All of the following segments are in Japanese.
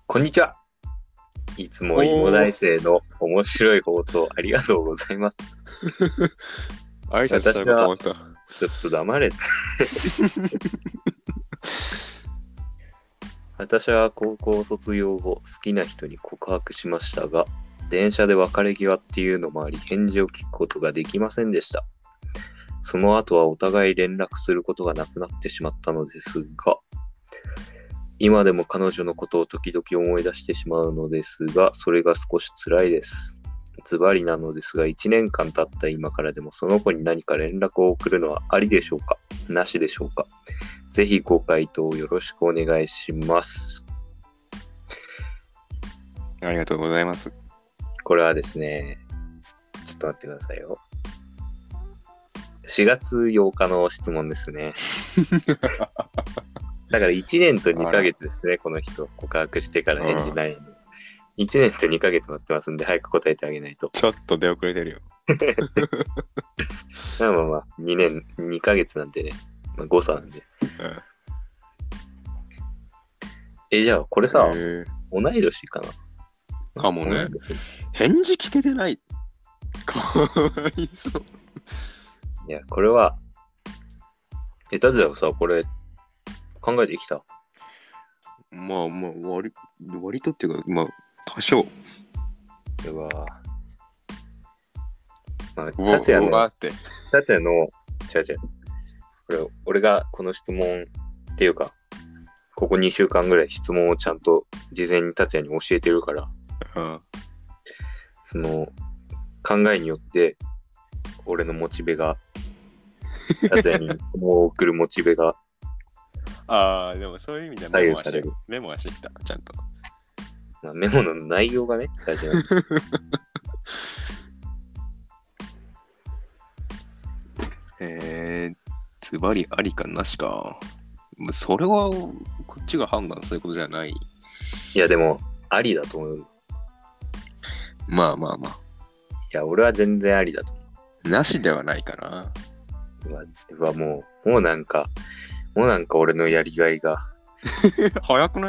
こんにちは。いつも芋大生の面白い放送ありがとうございます。 挨拶したのかと思った。 ちょっと黙れ。私は高校卒業後好きな人に告白しましたが、電車で別れ際っていうのもあり返事を聞くことができませんでした。その後はお互い連絡することがなくなってしまったのですが、今でも彼女のことを時々思い出してしまうのですが、それが少し辛いです。ズバリなのですが、1年間経った今からでもその子に何か連絡を送るのはありでしょうか、なしでしょうか。ぜひご回答よろしくお願いします。 ありがとうございます。 これはですね、ちょっと待ってくださいよ。4月8日の質問ですね。だから1年と2ヶ月ですね、この人。告白してから返事ないの。1年と2ヶ月待ってますんで、早く答えてあげないと。 ちょっと出遅れてるよ。 まあ、2年、2ヶ月なんてね、誤差なんで。じゃあ、これさ、同い年かな？ かもね。返事聞けてない。かわいそう。 いや、これは、だってさ、これ、考えてきた。 まあ、割とっていうか、まあ、多少。 では、達也の、違う。これ、俺がこの質問っていうか、ここ2週間ぐらい質問をちゃんと事前に達也に教えてるから、その、考えによって、俺のモチベが、達也に質問を送るモチベが、 でもそういう意味ではメモはしてきた、ちゃんと。 メモの内容がね、大事なんで。ズバリありかなしか。それはこっちが判断することじゃない。 いや、でも、ありだと思う。 まあ。いや、俺は全然ありだと思う。なしではないかな。 もうなんか俺のやりがいが。 早くない？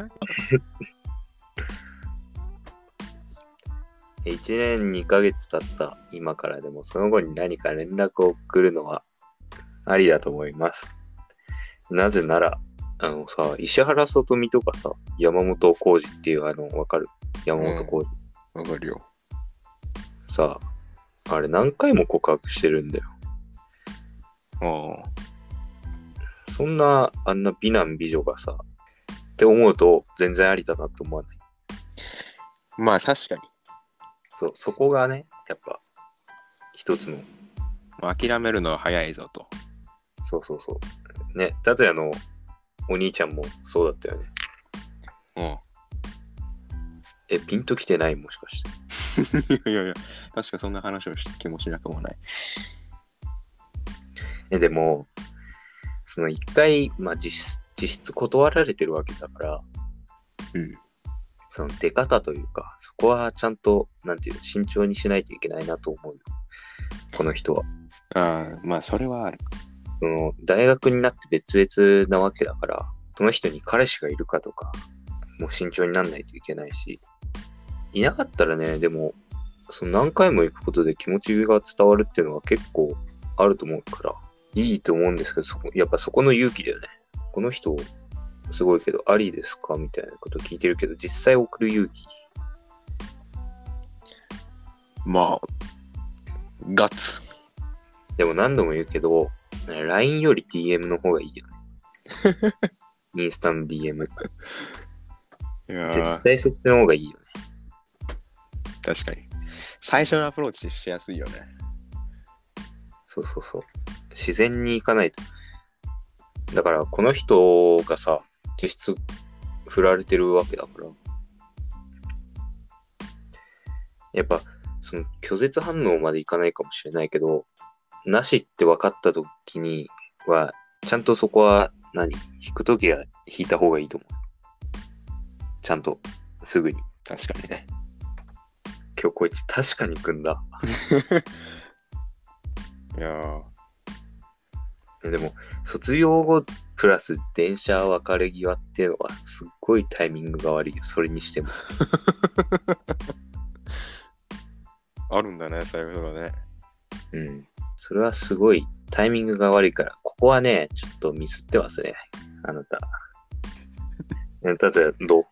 1年2ヶ月経った今からでもその後に何か連絡を送るのはありだと思います。なぜなら、石原さとみとかさ、山本浩二っていうわかる？山本浩二。わかるよ。 さあ、あれ何回も告白してるんだよ。そんな、あんな美男美女がさ、って思うと全然ありだなと思わない？ まあ確かに。 そこがね、やっぱ、一つの。 諦めるのは早いぞと。 そう。ね、達也のお兄ちゃんもそうだったよね。ピンときてない？もしかして。 いや、確かそんな話を気もしなくもない。 でも、その一回、実質断られてるわけだから、その出方というか、そこはちゃんと、慎重にしないといけないなと思うよ。この人は。 まあ、それはある。 その、大学になって別々なわけだから、その人に彼氏がいるかとか、もう慎重にならないといけないし、いなかったらね、でも、その何回も行くことで気持ちが伝わるっていうのは結構あると思うから、いいと思うんですけど、やっぱそこの勇気だよね。この人、すごいけど、ありですかみたいなこと聞いてるけど、実際送る勇気。 まあ、ガッツ。 でも何度も言うけど、LINE より DM の方がいいよね。インスタの DM。絶対そっちの方がいいよね。 確かに。最初のアプローチしやすいよね。 そう。自然に行かないと。だから、この人がさ、実質振られてるわけだから。やっぱ、その拒絶反応までいかないかもしれないけど、なしって分かった時には、ちゃんとそこは引く時は引いた方がいいと思う。ちゃんと、すぐに。 確かにね。 今日こいつ確かに組んだ。 いやでも、卒業後、2 プラス電車別れ際っていうのはすっごいタイミングが悪いよ。それにしても。 あるんだね、そういうことがね。 うん。それはすごいタイミングが悪いから、ここはね、ちょっとミスってますね。あなた。ただ、どう？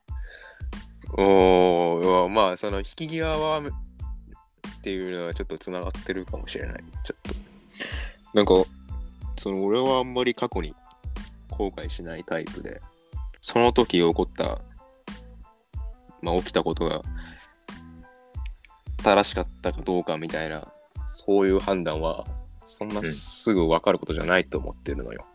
まあ、その引き際はっていうのはちょっとつながってるかもしれない。ちょっと。なんか、俺はあんまり過去に後悔しないタイプで、その時起こった、起きたことが正しかったかどうかみたいな、そういう判断は、そんなすぐ分かることじゃないと思ってるのよ。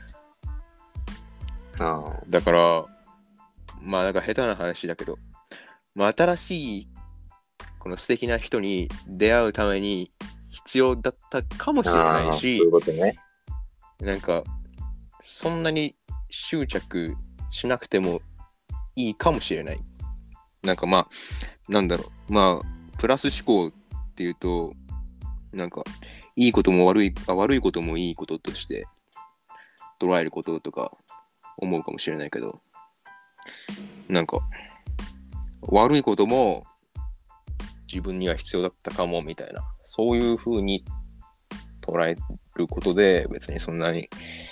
だから、なんか下手な話だけど、新しい、この素敵な人に出会うために必要だったかもしれないし、 そういうことね。 なんか、そんなに執着しなくてもいいかもしれない。なんかなんだろう。プラス思考っていうと、なんか、いいことも悪いこともいいこととして捉えることとか思うかもしれないけど、なんか、悪いことも自分には必要だったかもみたいな、そういう風に捉えることで別にそんなに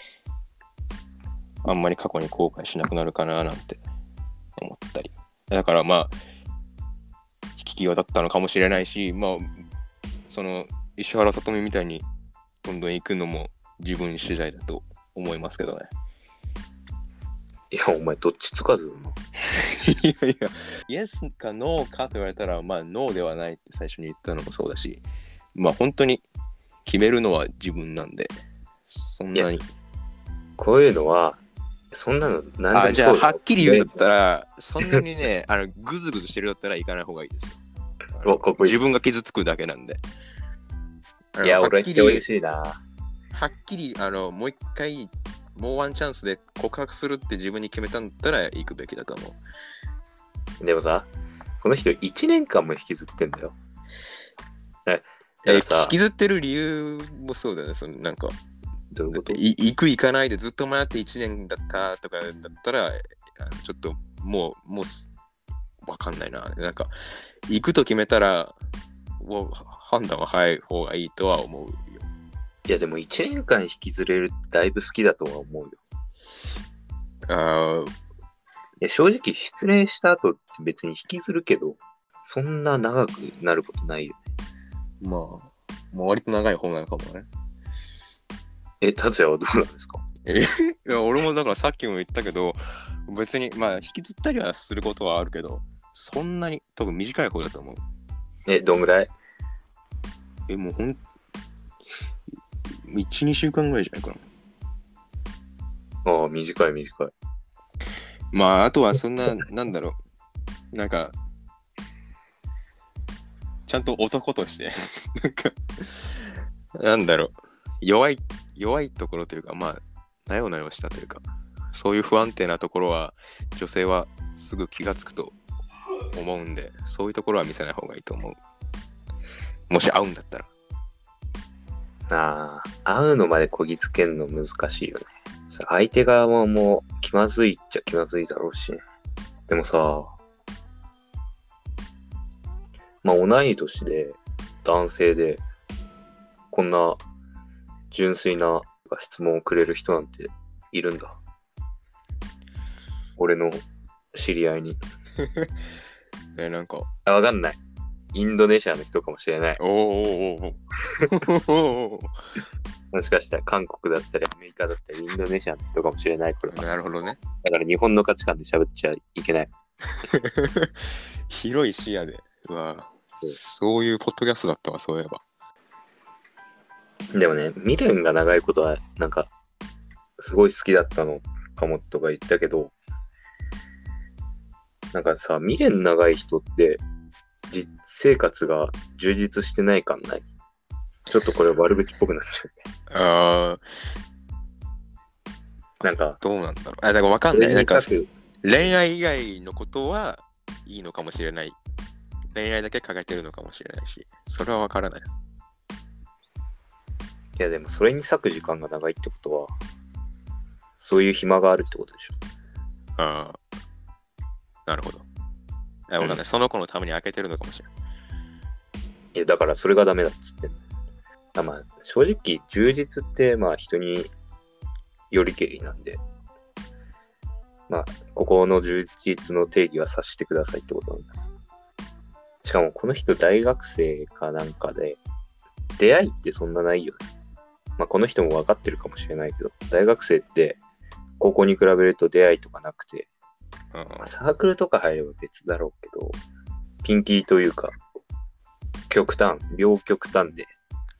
あんまり過去に後悔しなくなるかななんて思ったり。だから引き際だったのかもしれないし、その石原さとみみたいにどんどん行くのも自分次第だと思いますけどね。 いや、お前どっちつかずだな。 いや、イエスかノーかと言われたら、ノーではないって最初に言ったのもそうだし、本当に決めるのは自分なんで、そんなに。 こういうのは、そんなの何でもそうだよ。 じゃあ、はっきり言うんだったら、そんなにね、ぐずぐずしてるだったら行かない方がいいですよ。 かっこいい。 自分が傷つくだけなんで。 いや、俺は嬉しいな。 はっきり、もう一回、もうワンチャンスで告白するって自分に決めたんだったら行くべきだと思う。でもさ、この人1年間も引きずってんだよ。 引きずってる理由もそうだね。なんか、 どういうこと？ 行く行かないでずっと迷って1年だったとかだったら、ちょっともうわかんないな。なんか、行くと決めたら、判断は早い方がいいとは思うよ。 いや、でも1年間引きずれるってだいぶ好きだとは思うよ。いや、正直失恋した後って別に引きずるけど、そんな長くなることないよね。 もう割と長い方なのかもね。 達也はどうなんですか？ いや、俺もだからさっきも言ったけど、別に引きずったりはすることはあるけど、そんなに多分短い方だと思う。 どんぐらい？ もう1、2週間ぐらいじゃないかな。ああ、短い。 あとはそんな、なんだろう。なんか、ちゃんと男として、なんだろう。弱いところというか、なよなよしたというか、そういう不安定なところは、女性はすぐ気がつくと思うんで、そういうところは見せない方がいいと思う。もし会うんだったら。 会うのまでこぎつけるの難しいよね。相手側ももう気まずいっちゃ気まずいだろうし、ね。でもさ、同い年で男性でこんな純粋な質問をくれる人なんているんだ。俺の知り合いに。 なんか。 わかんない。インドネシアの人かもしれない。 もしかしたら韓国だったりアメリカだったりインドネシアの人かもしれない。これは。 なるほどね。 だから日本の価値観で喋っちゃいけない。 広い視野で。そういうポッドキャストだったわ、そういえば。 でもね、未練が長いことはなんかすごい好きだったのかもとか言ったけど、なんかさ、未練長い人って実生活が充実してない感ない？ちょっとこれ悪口っぽくなっちゃうね。なんかどうなんだろう。だから分かんない。なんか恋愛以外のことはいいのかもしれない。恋愛だけ考えてるのかもしれないし、それは分からない。 いやでもそれに割く時間が長いってことは、 そういう暇があるってことでしょ。 ああ、なるほど。わかんない。その子のために開けてるのかもしれない。 いや、だからそれがダメだっつってんの。まあ、正直、充実って、まあ、人によりけりなんで、まあ、ここの充実の定義は察してくださいってことなんだ。しかも、この人大学生かなんかで、出会いってそんなないよね。まあ、この人も分かってるかもしれないけど、大学生って高校に比べると出会いとかなくて、サークルとか入れば別だろうけど、ピンキーというか、両極端で、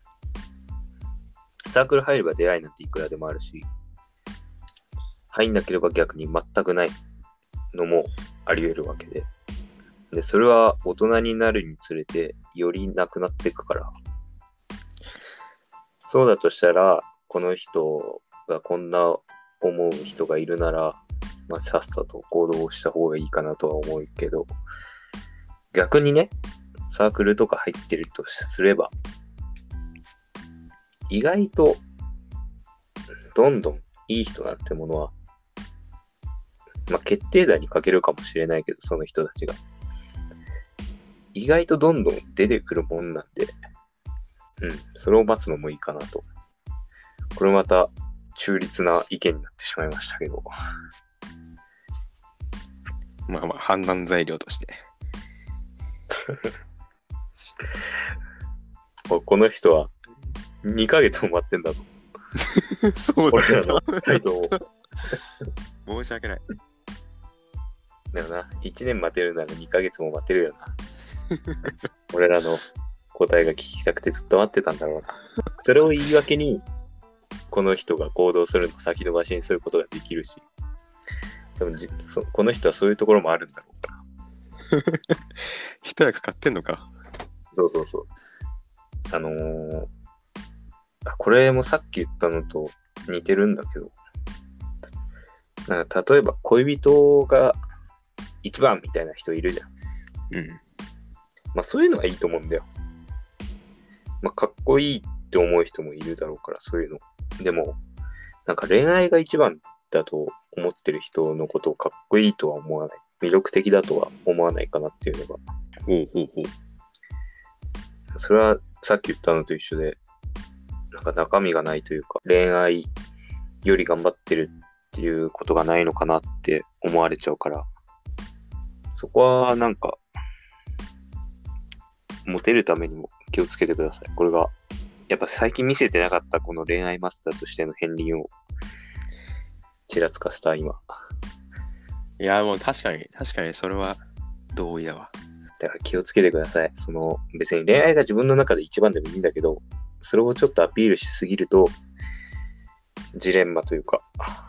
サークル入れば出会いなんていくらでもあるし、入んなければ逆に全くないのもあり得るわけで。で、それは大人になるにつれてよりなくなっていくから、そうだとしたら、この人がこんな思う人がいるなら、まあ、さっさと行動した方がいいかなとは思うけど、逆にね、サークルとか入ってるとすれば、意外と、どんどんいい人なんてものは、まあ、決定打に欠けるかもしれないけど、その人たちが。意外とどんどん出てくるもんなんで、それを待つのもいいかなと。これまた中立な意見になってしまいましたけど。 まあまあ、判断材料として。 この人は2ヶ月も待ってんだぞ。 そうだ俺らの回答を。 申し訳ない。 だよな、1年待てるなら2ヶ月も待てるよな。俺らの答えが聞きたくてずっと待ってたんだろうな。それを言い訳に、この人が行動するのを先延ばしにすることができるし、多分この人はそういうところもあるんだろうから。 一役買ってんのか。 そう。これもさっき言ったのと似てるんだけど、なんか例えば恋人が一番みたいな人いるじゃん。まあそういうのはいいと思うんだよ。まあかっこいいって思う人もいるだろうから、そういうの。でも、なんか恋愛が一番だと思ってる人のことをかっこいいとは思わない。魅力的だとは思わないかなっていうのが。それはさっき言ったのと一緒で、なんか中身がないというか、恋愛より頑張ってるっていうことがないのかなって思われちゃうから、そこはなんか、モテるためにも気をつけてください。これが、やっぱ最近見せてなかったこの恋愛マスターとしての片鱗をちらつかせた今。 いや、もう確かにそれは同意だわ。 だから気をつけてください。別に恋愛が自分の中で一番でもいいんだけど、それをちょっとアピールしすぎると、ジレンマというか、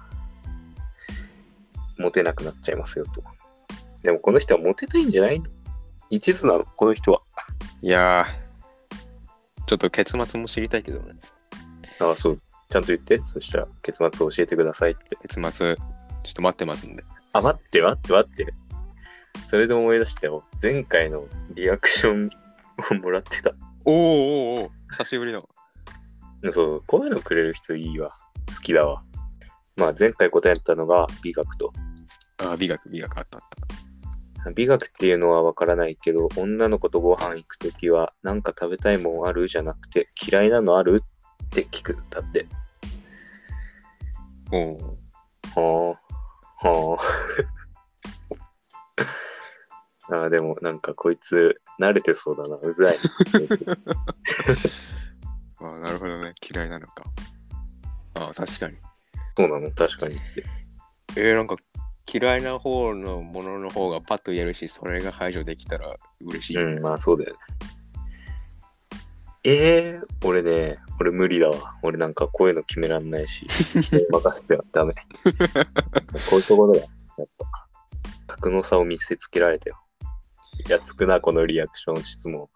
モテなくなっちゃいますよと。でもこの人はモテたいんじゃないの？一途なの、この人は。 いやー、ちょっと結末も知りたいけどね。 ああ、そう。ちゃんと言って。そしたら結末を教えてくださいって。 結末、ちょっと待ってますんで。 あ、待って。それで思い出したよ。前回のリアクションをもらってた。 おー久しぶりの。 そう、こういうのくれる人いいわ。好きだわ。まあ前回答えたのが美学と。 美学あった。 美学っていうのはわからないけど、女の子とご飯行くときは、なんか食べたいもんあるじゃなくて、嫌いなのあるって聞く。だって。はあ。でもなんかこいつ慣れてそうだな。うざい。 なるほどね。嫌いなのか。確かに。 そうなの、確かにって。 なんか嫌いな方のものの方がパッと言えるし、それが排除できたら嬉しい。 まあそうだよね。俺無理だわ。俺なんかこういうの決めらんないし、人に任せてはダメ。こういうところだよ。やっぱ。格の差を見せつけられたよ。いやつくな、このリアクション質問。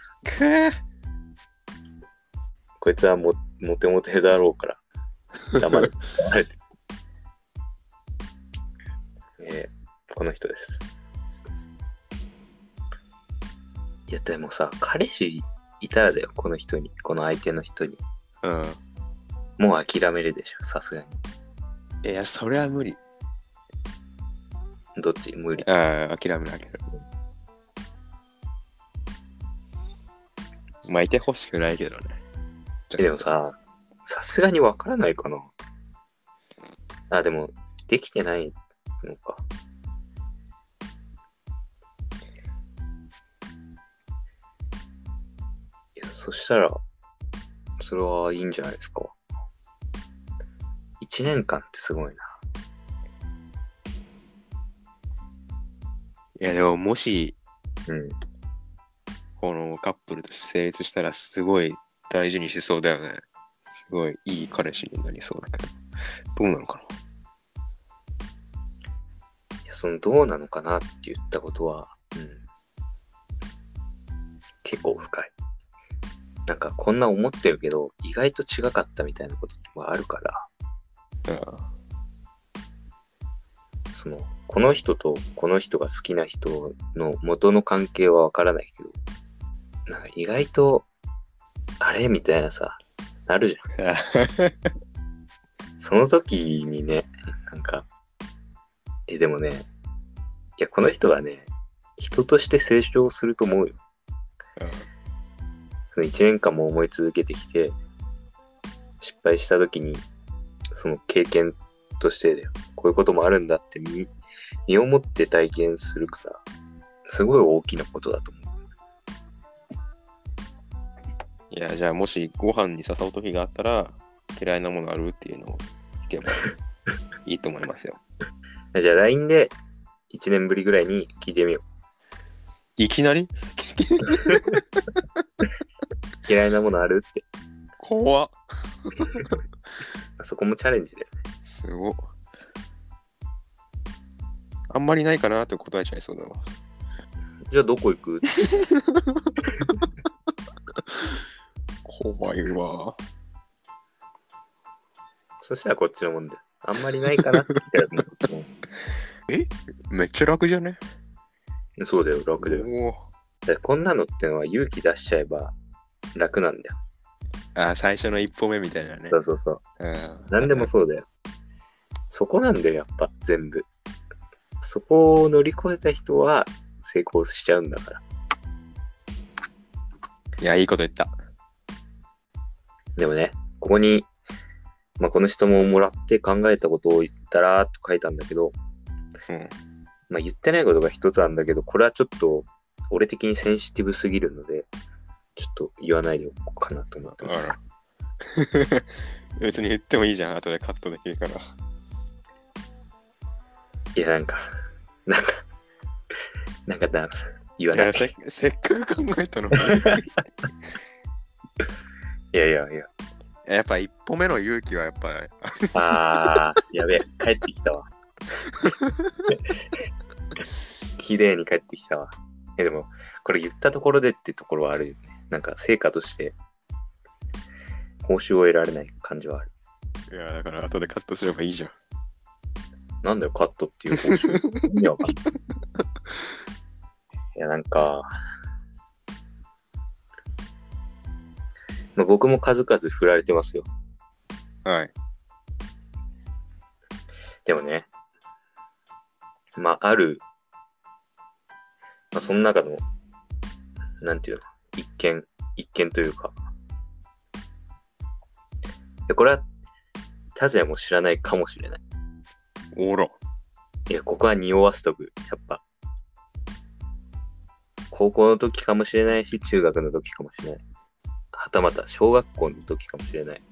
こいつはモテだろうから。黙れて。この人です。いや、でもさ、彼氏いたらだよ、この相手の人に。もう諦めるでしょ、さすがに。 いや、それは無理。 どっち無理。 ああ、諦めなきゃ。まあ、いてほしくないけどね。 でもさすがにわからないかな。あ、でも、できてないのか。いや、そしたら、それはいいんじゃないですか。1年間ってすごいな。 いや、でももし、 うん。 このカップルとして成立したら、すごい大事にしそうだよね。すごいいい彼氏になりそうだけど。どうなのかいや、どうなのかなって言ったことは、結構深い。なんかこんな思ってるけど、意外と違かったみたいなことってあるから、 な。 この人とこの人が好きな人の元の関係はわからないけど、なんか意外と、あれみたいなさ、なるじゃん。その時にね、なんか、でもね、いや、この人はね、人として成長すると思うよ。その1年間も思い続けてきて、失敗した時に、その経験としてだよ。こういうこともあるんだって身をもって体験するから、すごい大きなことだと思う。 いや、じゃあもしご飯に誘う時があったら、嫌いなものあるっていうのを聞けばいいと思いますよ。 じゃあ LINE で1年ぶりぐらいに聞いてみよう。 いきなり嫌いなものあるって。 怖っ。 そこもチャレンジだよね。 すごっ。あんまりないかなって答えちゃいそうだわ。 じゃあどこ行く怖いわ。 そしたらこっちのもんだよ。あんまりないかなって言ったらもうめっちゃ楽じゃね？ そうだよ、楽だよ。こんなのってのは勇気出しちゃえば楽なんだよ。 最初の一歩目みたいなね。 そう。何でもそうだよ。そこなんだよ、やっぱ全部。そこを乗り越えた人は成功しちゃうんだから。 いや、いいこと言った。 でもね、ここに、この質問をもらって考えたことを言ったらーっと書いたんだけど、言ってないことが一つあるんだけど、これはちょっと俺的にセンシティブすぎるので、ちょっと言わないでおこうかなと思ってます。 別に言ってもいいじゃん、後でカットできるから。 いや、なんか言わない。 せっかく考えたの。 いや。 やっぱ一歩目の勇気はやっぱ。 やべえ、帰ってきたわ。綺麗に帰ってきたわ。でも、これ言ったところでってところはあるよね。なんか成果として報酬を得られない感じはある。 いや、だから後でカットすればいいじゃん。 なんだよ、カットっていう報酬。意味わかんない。いや、なんか、僕も数々振られてますよ。 はい。 でもね、ある、その中の、なんていうの、一見というか、これは、タズヤも知らないかもしれない。 おら。 いや、ここは匂わせとく。やっぱ。高校の時かもしれないし、中学の時かもしれない。はたまた小学校の時かもしれない。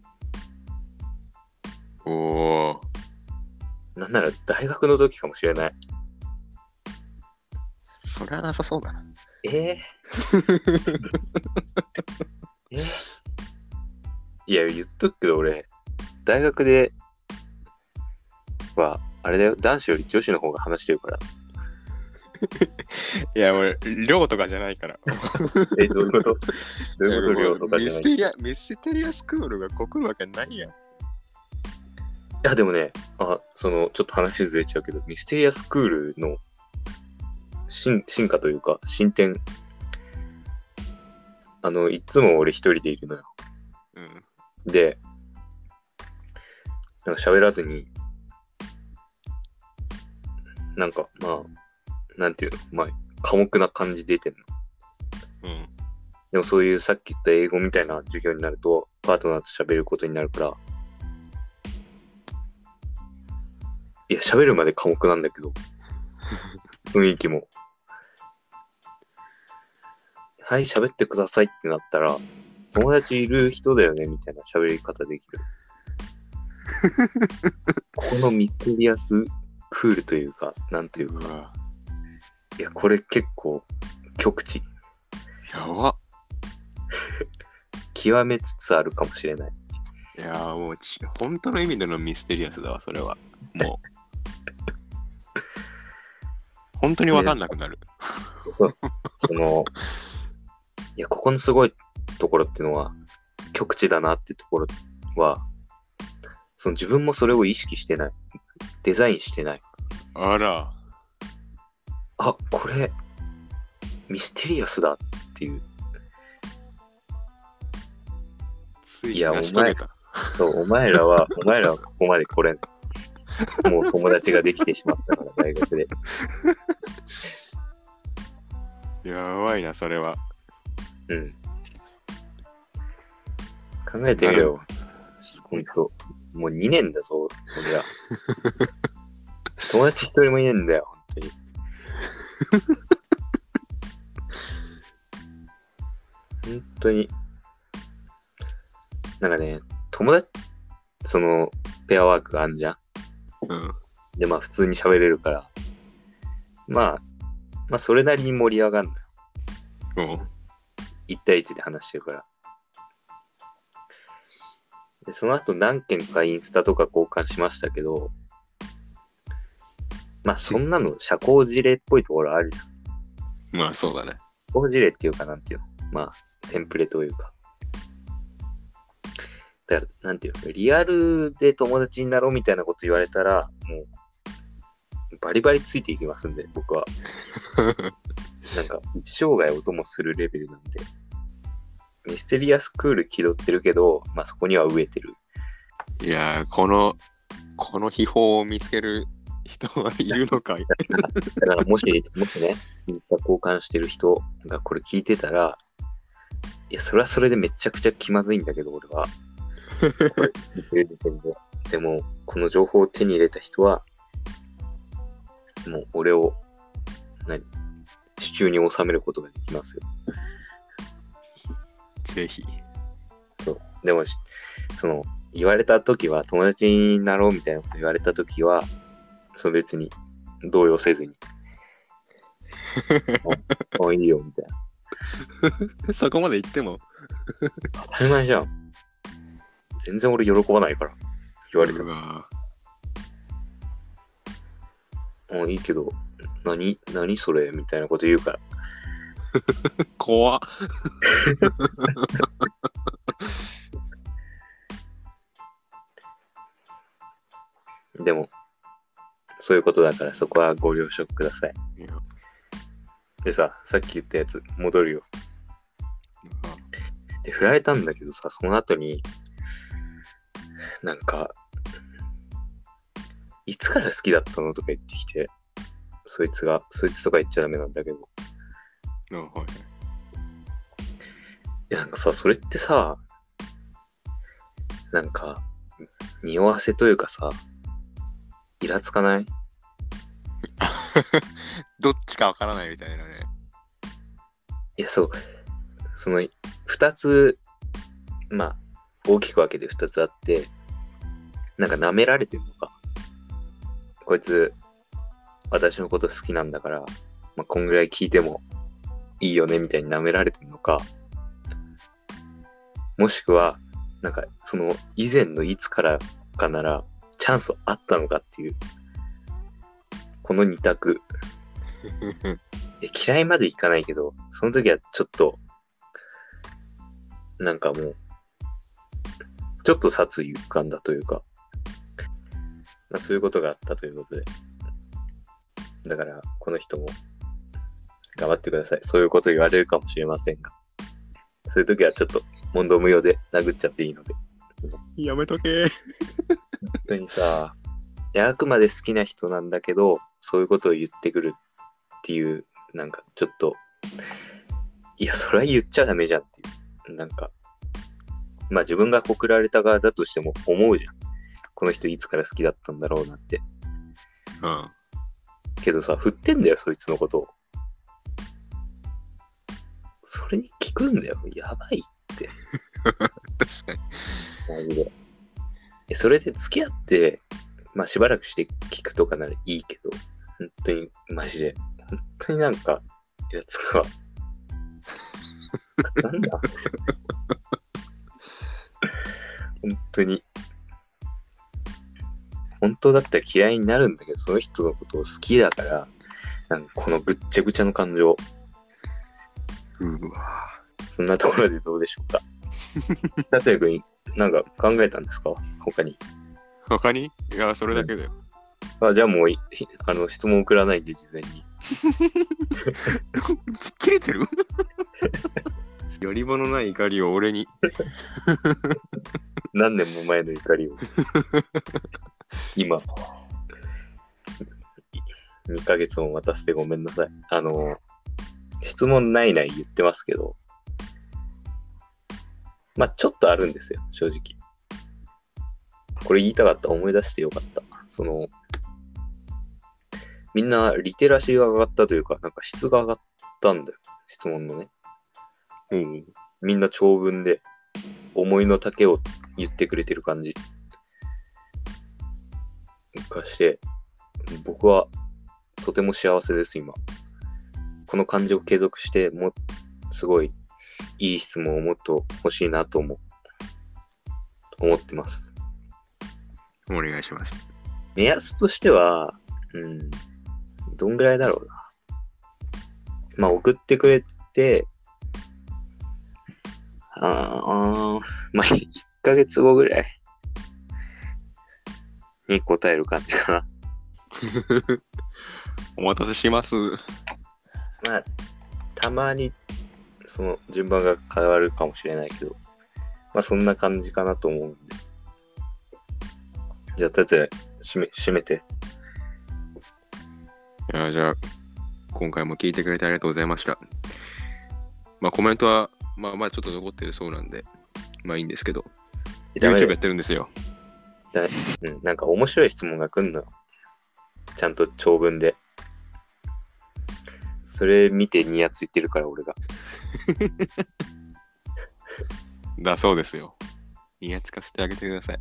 おー。 なんなら大学の時かもしれない。 それはなさそうだな。 いや、言っとくけど俺、大学では、あれだよ、男子より女子の方が話してるから。 いや、俺、寮とかじゃないから。 どういうこと寮とかじゃない。 ミステリアスクールが告るわけないやん。いや、でもね、ちょっと話ずれちゃうけど、ミステリアスクールの進化というか、進展、いつも俺一人でいるのよ。で、なんか喋らずになんかまあ、なんていうの、まあ、寡黙な感じ出てんの。 うん。 でもそういうさっき言った英語みたいな授業になると、パートナーと喋ることになるから、いや、喋るまで寡黙なんだけど、雰囲気も。はい、喋ってくださいってなったら、友達いる人だよねみたいな喋り方できる。このミステリアスクールというか、なんというか、 うわ。 いや、これ結構極致。 やば。 極めつつあるかもしれない。 いやーもう本当の意味でのミステリアスだわ、それは。もう。本当に分かんなくなる。 いや、ここのすごいところっていうのは、極致だなってところは、その自分もそれを意識してない。デザインしてない。 あら。 あ、これ、ミステリアスだっていう。 ついに成し遂げた。 お前らはここまで来れん。もう友達ができてしまったから、大学で。 やばいな、それは。 うん。考えてみろよ。ほんと。もう2年だぞ、俺ら。友達一人もいねえんだよ、ほんとに。本当に。なんかね、友達、その、ペアワークがあんじゃん。 うん。 で、まあ普通に喋れるから。まあそれなりに盛り上がるのよ。 うん。 1対1で話してるから。で、その後何件かインスタとか交換しましたけど、まあそんなの社交辞令っぽいところあるじゃん。 まあそうだね。 社交辞令っていうかなんていうの。まあテンプレというか。だからなんていうの。リアルで友達になろうみたいなこと言われたら、もうバリバリついていきますんで、僕は。なんか一生涯お供するレベルなんで。ミステリアスクール気取ってるけど、まあそこには飢えてる。 いやー、この秘宝を見つける人はいるのかい。 だからもしね、インスタ交換してる人がこれ聞いてたら、いや、それはそれでめちゃくちゃ気まずいんだけど、俺は。これ聞いてる時点で。でも、この情報を手に入れた人は、もう俺を、手中に収めることができますよ。 ぜひ。 そう。でも、言われたときは、友達になろうみたいなこと言われたときは、別に動揺せずに。もういいよ、みたいな。 そこまで言っても。 当たり前じゃん。全然俺喜ばないから。言われても。もういいけど、何それみたいなこと言うから。 怖っ。 でも、そういうことだからそこはご了承ください。でさ、さっき言ったやつ、戻るよ。で、振られたんだけどさ、その後に、なんか、いつから好きだったのとか言ってきて、そいつとか言っちゃダメなんだけど。 はい。 いや、なんかさ、それってさ、なんか、匂わせというかさ、イラつかない？ どっちかわからないみたいなね。 いや、そう。二つ、まあ、大きく分けて二つあって、なんか舐められてるのか。こいつ、私のこと好きなんだから、まあ、こんぐらい聞いてもいいよね、みたいに舐められてるのか。もしくは、なんか、以前のいつからかなら、チャンスあったのかっていう、この二択。嫌いまでいかないけど、その時はちょっと、なんかもう、ちょっと殺意浮かんだというか、まあ、そういうことがあったということで、だからこの人も頑張ってください。そういうこと言われるかもしれませんが、そういう時はちょっと問答無用で殴っちゃっていいので。 やめとけ。 本当にさ、 で、あくまで好きな人なんだけど、そういうことを言ってくるっていう、なんかちょっと、いや、それは言っちゃダメじゃんっていう。なんか、まあ自分が告られた側だとしても思うじゃん。この人いつから好きだったんだろうなって。 うん。 けどさ、振ってんだよ、そいつのことを。それに聞くんだよ。やばいって。 確かに。 マジで。それで付き合って、まあしばらくして聞くとかならいいけど、本当に、マジで。本当になんか、やつが、なんだ本当に。本当だったら嫌いになるんだけど、その人のことを好きだから、なんかこのぐっちゃぐちゃの感情。 うわ。 そんなところでどうでしょうか。達也君、なんか考えたんですか他に。 他に？いや、それだけだよ。 じゃあもう質問送らないんで、事前に。 切れてるやり場のない怒りを俺に。 何年も前の怒りを。今、2ヶ月も待たせてごめんなさい。質問ないない言ってますけど、まあちょっとあるんですよ、正直。これ言いたかった、思い出してよかった。みんなリテラシーが上がったというか、なんか質が上がったんだよ、質問のね。みんな長文で思いの丈を言ってくれてる感じがして、僕はとても幸せです、今。この感情を継続して、もすごいいい質問をもっと欲しいなと思ってます。 お願いします。 目安としては、どんぐらいだろうな。まあ、送ってくれて、まあ、1ヶ月後ぐらいに答える感じかな。 お待たせします。 まあ、たまに、その順番が変わるかもしれないけど、まあ、そんな感じかなと思うんで。じゃあ、達也、締めて。 いや、じゃあ、今回も聞いてくれてありがとうございました。まあ、コメントは、まあちょっと残ってるそうなんで、まあいいんですけど、YouTube やってるんですよ。 なんか面白い質問が来んのよ。ちゃんと長文で。それ見てニヤついてるから、俺が。 だそうですよ。ニヤつかせてあげてください。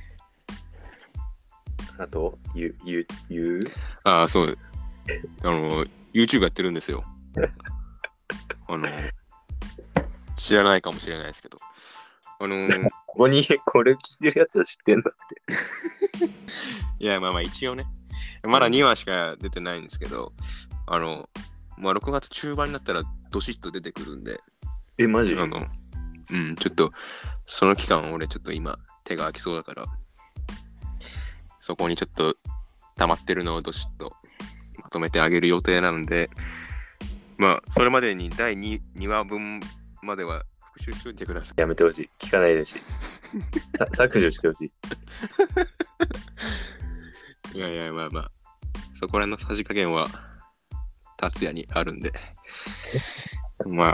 あと、言うああ、そう。YouTube やってるんですよ。知らないかもしれないですけど。ここれ聞いてるやつは知ってんだって。 いや、まあ一応ね。まだ2話しか出てないんですけど、まあ6月中盤になったらドシッと出てくるんで。 マジ？ ちょっと、その期間俺ちょっと今手が空きそうだから、そこにちょっと溜まってるのをドシッとまとめてあげる予定なので、まあ、それまでに第 2話分までは復習しておいてください。 やめてほしい。聞かないでほしい。削除してほしい。いや、まあ、そこらのさじ加減は、達也にあるんで。まあ、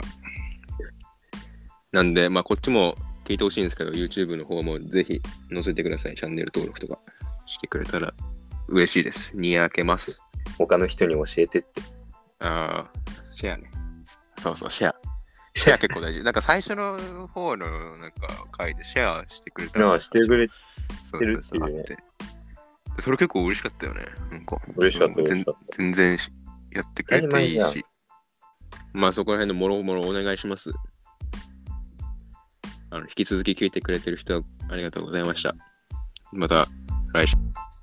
なんで、まあ、こっちも聞いてほしいんですけど、YouTube の方もぜひ載せてください。チャンネル登録とかしてくれたら嬉しいです。にやけます。 他の人に教えてって。 ああ、シェアね。そう、シェア。シェア結構大事。なんか最初の方のなんか回でシェアしてくれたら。 してくれてるっていうね。それ結構嬉しかったよね。なんか嬉しかった。 全然やってくれていいし。まあそこら辺のもろもろお願いします。引き続き聞いてくれてる人ありがとうございました。また来週。